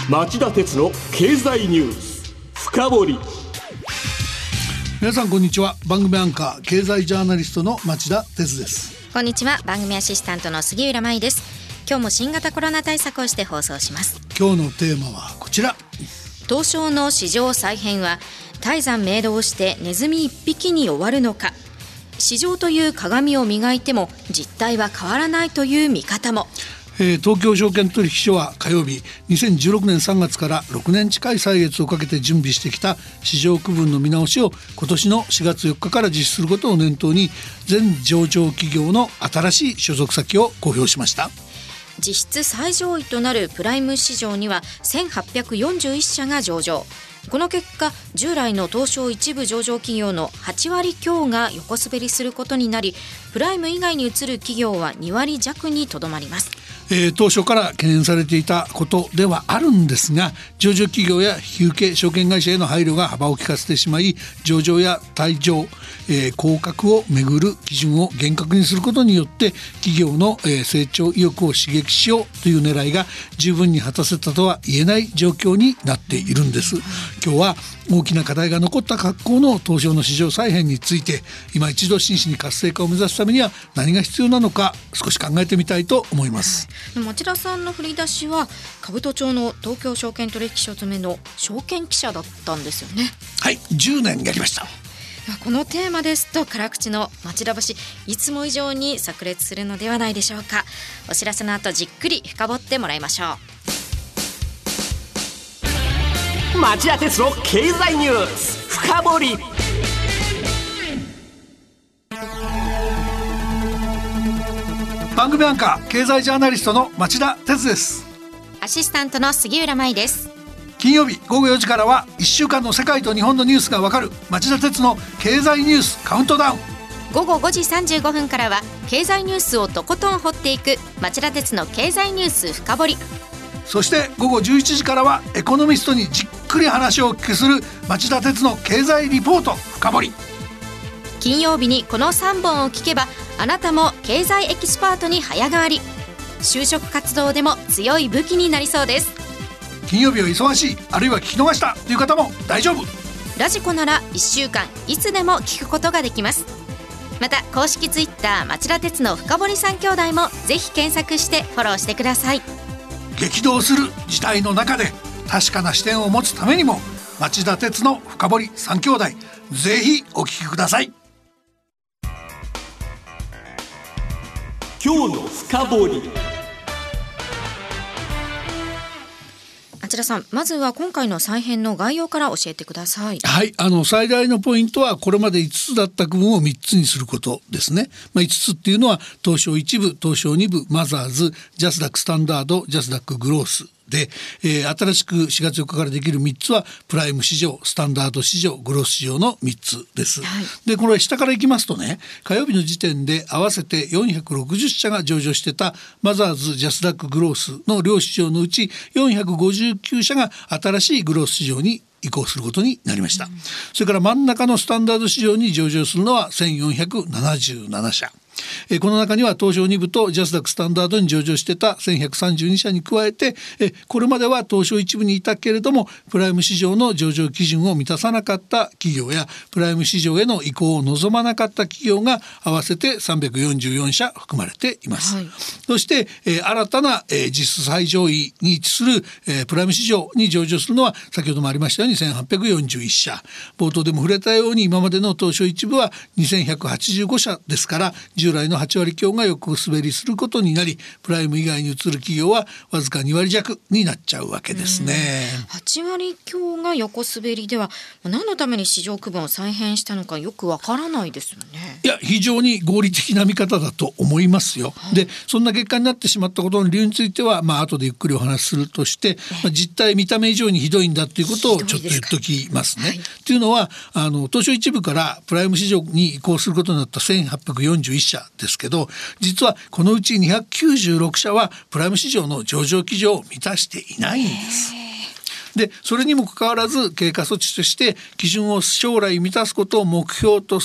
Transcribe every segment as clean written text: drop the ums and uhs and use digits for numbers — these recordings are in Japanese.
町田鉄の経済ニュース深掘り。 皆さんこんにちは。番組アンカー経済ジャーナリストの町田鉄です。 こんにちは。番組アシスタントの杉浦舞です。今日も新型コロナ対策をして放送します。 今日のテーマはこちら。 東証の市場再編は泰山明堂してネズミ一匹に終わるのか。市場という鏡を磨いても実態は変わらないという見方も。 東京証券取引所は火曜日、2016年3月から6年近い歳月をかけて準備してきた市場区分の見直しを今年の4月4日から実施することを念頭に、全上場企業の新しい所属先を公表しました。 実質最上位となるプライム市場には1841社が上場。この結果、従来の東証一部上場企業の8割強が横滑りすることになり、プライム以外に移る企業は2割弱にとどまります。 当初から懸念されていたことではあるんですが、上場企業や引受証券会社への配慮が幅を利かせてしまい、上場や退場、降格をめぐる基準を厳格にすることによって企業の、成長意欲を刺激しようという狙いが十分に果たせたとは言えない状況になっているんです。今日は大きな課題が残った格好の東証の市場再編について、今一度真摯に活性化を目指すためには何が必要なのか少し考えてみたいと思います。 町田さんの振り出しは兜町の東京証券取引所詰めの証券記者だったんですよね。 はい、10年やりました。 このテーマですと辛口の町田節、いつも以上に炸裂するのではないでしょうか。お知らせの後じっくり深掘ってもらいましょう。町田鉄の経済ニュース深掘り。 番組アンカー経済ジャーナリストの町田鉄です。 アシスタントの杉浦舞です。 金曜日午後4時からは1週間の世界と日本のニュースがわかる町田鉄の経済ニュースカウントダウン。 午後5時35分からは経済ニュースをとことん掘っていく町田鉄の経済ニュース深掘り。 そして午後11時からはエコノミストにじっくり話をお聞きする町田鉄の経済リポート深掘り。 金曜日にこの3本を聞けばあなたも経済エキスパートに早変わり。就職活動でも強い武器になりそうです。 金曜日は忙しい、あるいは聞き逃したという方も大丈夫。 ラジコなら1週間いつでも聞くことができます。また公式ツイッター町田鉄の深堀3兄弟もぜひ検索してフォローしてください。 激動する時代の中で確かな視点を持つためにも町田鉄の深堀3兄弟、ぜひお聞きください。 今日の深掘り。 町田さん、まずは今回の再編の概要から教えてください。 はい、最大のポイントはこれまで5つだった区分を3つにすることですね。5つっていうのは東証1部、東証2部、マザーズ、ジャスダックスタンダード、ジャスダックグロースで、新しく4月4日からできる3つはプライム市場、スタンダード市場、グロース市場の3つです、はい、でこれ下からいきますとね、火曜日の時点で合わせて460社が上場してたマザーズ、ジャスダックグロースの両市場のうち459社が新しいグロース市場に移行することになりました、それから真ん中のスタンダード市場に上場するのは1477社。この中には東証2部とジャスダックスタンダードに上場してた1132社に加えて、これまでは東証1部にいたけれどもプライム市場の上場基準を満たさなかった企業やプライム市場への移行を望まなかった企業が合わせて344社含まれています、はい、そして、新たな、実質最上位に位置する、プライム市場に上場するのは先ほどもありましたように1841社。冒頭でも触れたように今までの東証1部は2185社ですから、従来の8割強が横滑りすることになり、プライム以外に移る企業はわずか2割弱になっちゃうわけですね。 8割強が横滑りでは何のために市場区分を再編したのかよくわからないですよね。 いや、非常に合理的な見方だと思いますよ、はい、でそんな結果になってしまったことの理由については、後でゆっくりお話しするとして、実態見た目以上にひどいんだということをちょっと言っときますね。というのは東証一部からプライム市場に移行することになった1841社ですけど、実はこのうち296社はプライム市場の上場基準を満たしていないんです。でそれにもかかわらず経過措置として基準を将来満たすことを目標とする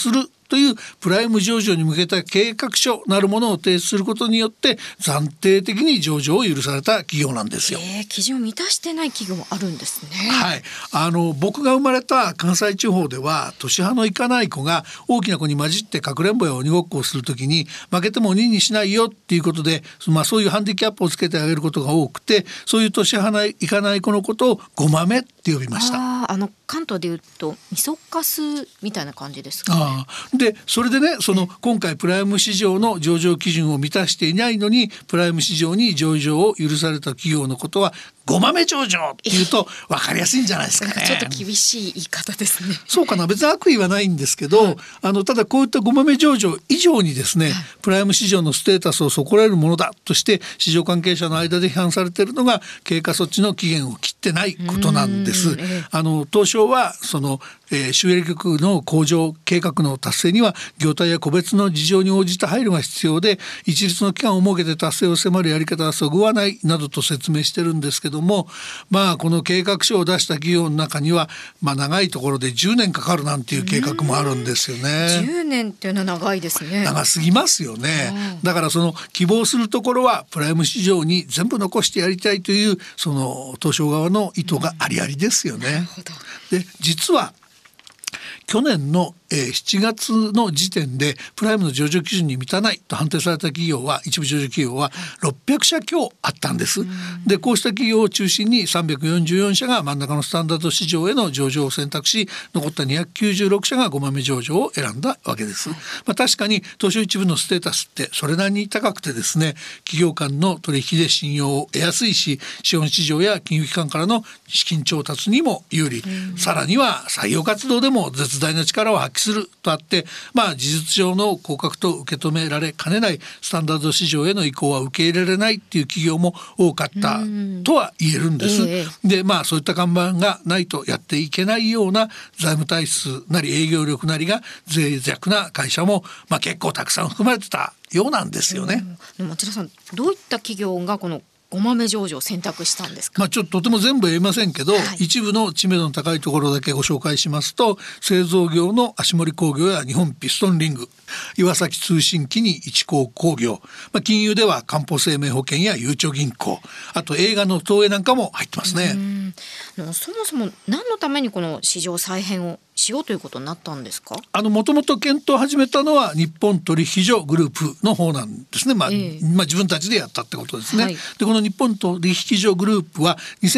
というプライム上場に向けた計画書なるものを提出することによって暫定的に上場を許された企業なんですよ。 基準を満たしてない企業もあるんですね。 はい、僕が生まれた関西地方では年派のいかない子が大きな子に混じってかくれんぼや鬼ごっこをするときに負けても鬼にしないよっていうことで、そういうハンディキャップをつけてあげることが多くて、そういう年派のいかない子のことをごまめって呼びました。 関東でいうとみそかすみたいな感じですかね。 でそれでね、今回プライム市場の上場基準を満たしていないのにプライム市場に上場を許された企業のことはごまめ上場っていうと分かりやすいんじゃないですかね。 ちょっと厳しい言い方ですね。 そうかな、別に悪意はないんですけど、ただこういったごまめ上場以上にですね、プライム市場のステータスを損ねるものだとして市場関係者の間で批判されているのが経過措置の期限を切ってないことなんです。東証は収益力の向上計画の達成には業態や個別の事情に応じた配慮が必要で、一律の期間を設けて達成を迫るやり方はそぐわないなどと説明してるんですけども、この計画書を出した企業の中には、長いところで10年かかるなんていう計画もあるんですよね。 10年っていうのは長いですね。 長すぎますよね。だから希望するところはプライム市場に全部残してやりたいという東証側の意図がありありですよね。で実は去年の7月の時点でプライムの上場基準に満たないと判定された企業は、一部上場企業は600社強あったんです。でこうした企業を中心に344社が真ん中のスタンダード市場への上場を選択し、残った296社がごまめ上場を選んだわけです。確かに東証一部のステータスってそれなりに高くてですね、企業間の取引で信用を得やすいし、資本市場や金融機関からの資金調達にも有利、さらには採用活動でも絶大な力を発揮するとあって、事実上の降格と受け止められかねないスタンダード市場への移行は受け入れられないっていう企業も多かったとは言えるんです。でそういった看板がないとやっていけないような財務体質なり営業力なりが脆弱な会社も、結構たくさん含まれてたようなんですよね。 町田さん、どういった企業がこのごまめ上場を選択したんですか。 ちょっととても全部言えませんけど、一部の知名度の高いところだけご紹介しますと、製造業の足盛工業や日本ピストンリング、岩崎通信機に一工工業、金融ではかんぽ生命保険やゆうちょ銀行、あと映画の東映なんかも入ってますね。 そもそも何のためにこの市場再編をしようということになったんですか。 もともと検討を始めたのは日本取引所グループの方なんですね。自分たちでやったってことですね。でこの日本取引所グループは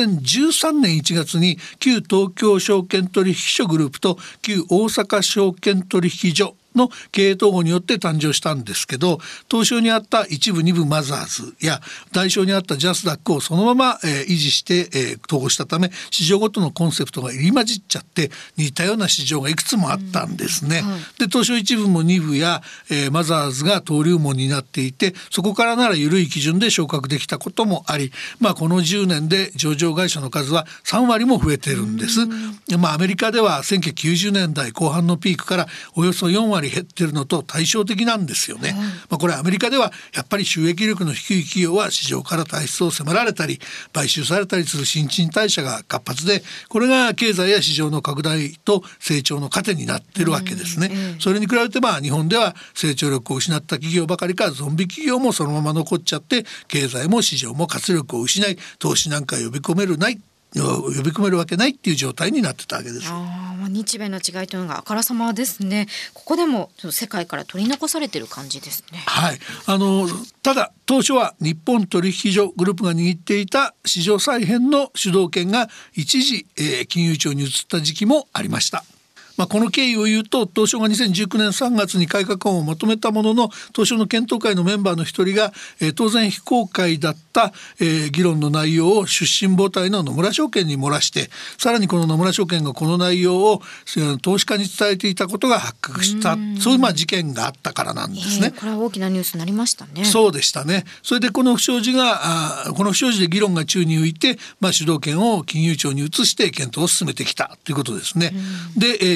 2013年1月に旧東京証券取引所グループと旧大阪証券取引所の経営統合によって誕生したんですけど、東証にあった一部二部マザーズや大証にあったジャスダックをそのまま、維持して、統合したため市場ごとのコンセプトが入り混じっちゃって似たような市場がいくつもあったんですね。で東証一部も二部や、マザーズが登竜門になっていて、そこからなら緩い基準で昇格できたこともあり、この10年で上場会社の数は3割も増えてるんです。アメリカでは1990年代後半のピークからおよそ4割減ってるのと対照的なんですよね。これアメリカではやっぱり収益力の低い企業は市場から退出を迫られたり買収されたりする新陳代謝が活発で、これが経済や市場の拡大と成長の糧になってるわけですね。それに比べて日本では成長力を失った企業ばかりかゾンビ企業もそのまま残っちゃって、経済も市場も活力を失い、投資なんか呼び込めるわけないっていう状態になってたわけです。 日米の違いというのがあからさまですね。ここでも世界から取り残されている感じですね。 ただ当初は日本取引所グループが握っていた市場再編の主導権が一時、金融庁に移った時期もありました。この経緯を言うと、東証が2019年3月に改革案をまとめたものの、東証の検討会のメンバーの一人が、当然非公開だった、議論の内容を出身母体の野村証券に漏らして、さらにこの野村証券がこの内容を投資家に伝えていたことが発覚した、そういう事件があったからなんですね。 これは大きなニュースになりましたね。 そうでしたね。それでこの不祥事で議論が宙に浮いて、主導権を金融庁に移して検討を進めてきたということですね。で、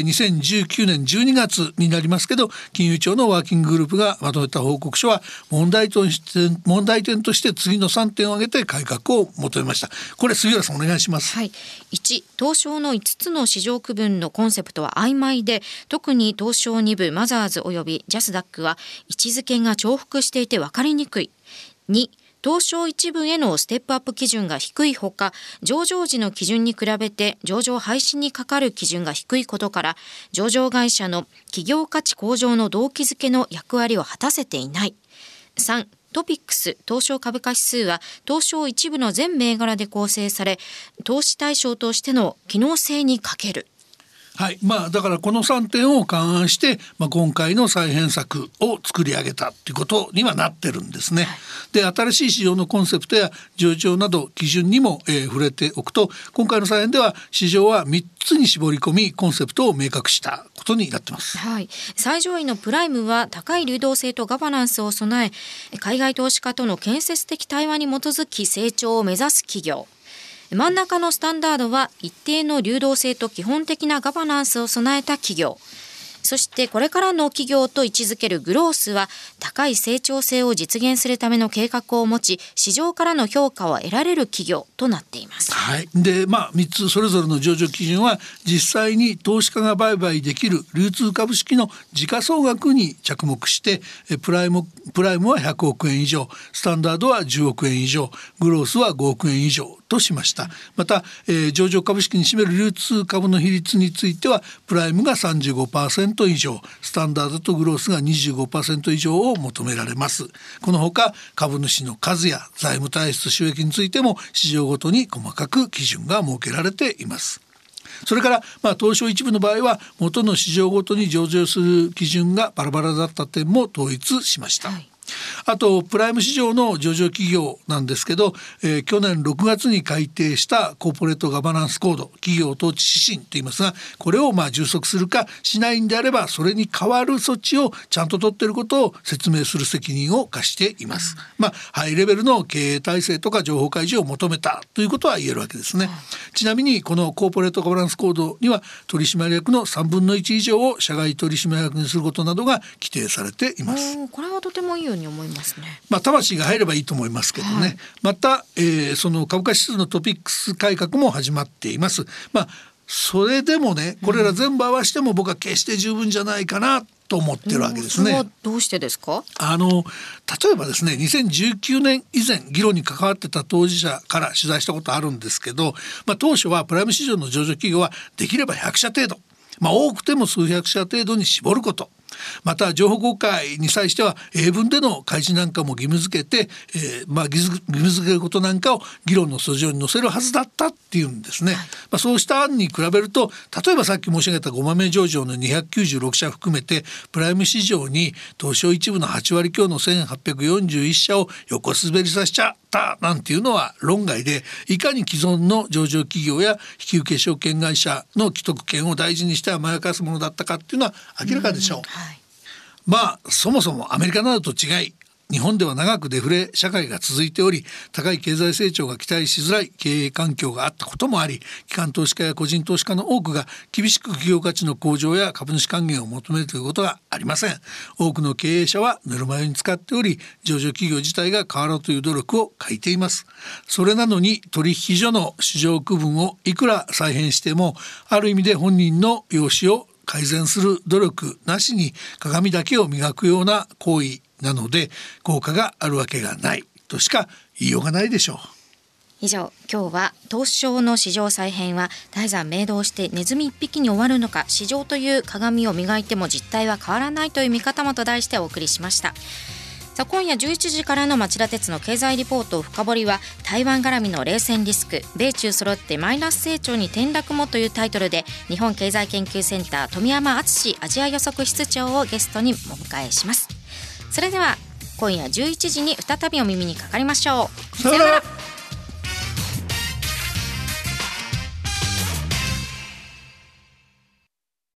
2019年12月になりますけど、金融庁のワーキンググループがまとめた報告書は問題点として次の3点を挙げて改革を求めました。これ杉浦さんお願いします。 はい、1、東証の5つの市場区分のコンセプトは曖昧で、特に東証2部マザーズおよびジャスダックは位置づけが重複していて分かりにくい。2、東証一部へのステップアップ基準が低いほか、上場時の基準に比べて上場廃止にかかる基準が低いことから、上場会社の企業価値向上の動機づけの役割を果たせていない。3、トピックス東証株価指数は東証一部の全銘柄で構成され、投資対象としての機能性に欠ける。 はい、だからこの3点を勘案して、今回の再編策を作り上げたということにはなってるんですね。で、新しい市場のコンセプトや上場など基準にも、触れておくと、今回の再編では市場は3つに絞り込みコンセプトを明確したことになってます。 はい、最上位のプライムは高い流動性とガバナンスを備え、海外投資家との建設的対話に基づき成長を目指す企業。真ん中のスタンダードは一定の流動性と基本的なガバナンスを備えた企業。そしてこれからの企業と位置づけるグロースは高い成長性を実現するための計画を持ち、市場からの評価を得られる企業となっています。 はい、で3つそれぞれの上場基準は実際に投資家が売買できる流通株式の時価総額に着目して、プライムは100億円以上、スタンダードは10億円以上、グロースは5億円以上としました。また、上場株式に占める流通株の比率についてはプライムが 35% 以上、スタンダードとグロースが 25% 以上を求められます。このほか株主の数や財務体質収益についても市場ごとに細かく基準が設けられています。それから、東証一部の場合は元の市場ごとに上場する基準がバラバラだった点も統一しました。はい、あとプライム市場の上場企業なんですけど、去年6月に改定したコーポレートガバナンスコード、企業統治指針といいますが、これを充足するかしないんであればそれに代わる措置をちゃんと取っていることを説明する責任を課しています。ハイレベルの経営体制とか情報開示を求めたということは言えるわけですね。ちなみにこのコーポレートガバナンスコードには取締役の3分の1以上を社外取締役にすることなどが規定されています。 これはとてもいいように思いますね。 魂が入ればいいと思いますけどね。はい、また、その株価指数のトピックス改革も始まっています。それでもね、これら全部合わせても僕は決して十分じゃないかなと思ってるわけですね。 それはどうしてですか？ 例えばですね、2019年以前議論に関わってた当事者から取材したことあるんですけど、当初はプライム市場の上場企業はできれば100社程度、多くても数百社程度に絞ること、また情報公開に際しては英文での開示なんかも義務付けて、義務付けることなんかを議論の訴状に載せるはずだったっていうんですね。そうした案に比べると、例えばさっき申し上げた5番目上場の296社含めてプライム市場に東証一部の8割強の1841社を横滑りさせちゃったなんていうのは論外で、いかに既存の上場企業や引受証券会社の既得権を大事にして甘やかすものだったかっていうのは明らかでしょう。そもそもアメリカなどと違い、日本では長くデフレ社会が続いており、高い経済成長が期待しづらい経営環境があったこともあり、機関投資家や個人投資家の多くが厳しく企業価値の向上や株主還元を求めるということがありません。多くの経営者はぬるま湯に使っており、上場企業自体が変わろうという努力を欠いています。それなのに取引所の市場区分をいくら再編しても、ある意味で本人の容姿を改善する努力なしに鏡だけを磨くような行為なので、効果があるわけがないとしか言いようがないでしょう。 以上、今日は東証の市場再編は大山明堂してネズミ一匹に終わるのか、市場という鏡を磨いても実態は変わらないという見方もと題してお送りしました。今夜11時からの町田鉄の経済リポート深掘りは、台湾絡みの冷戦リスク、米中揃ってマイナス成長に転落もというタイトルで、日本経済研究センター富山敦アジア予測室長をゲストにお迎えします。それでは今夜11時に再びお耳にかかりましょう。 さよなら。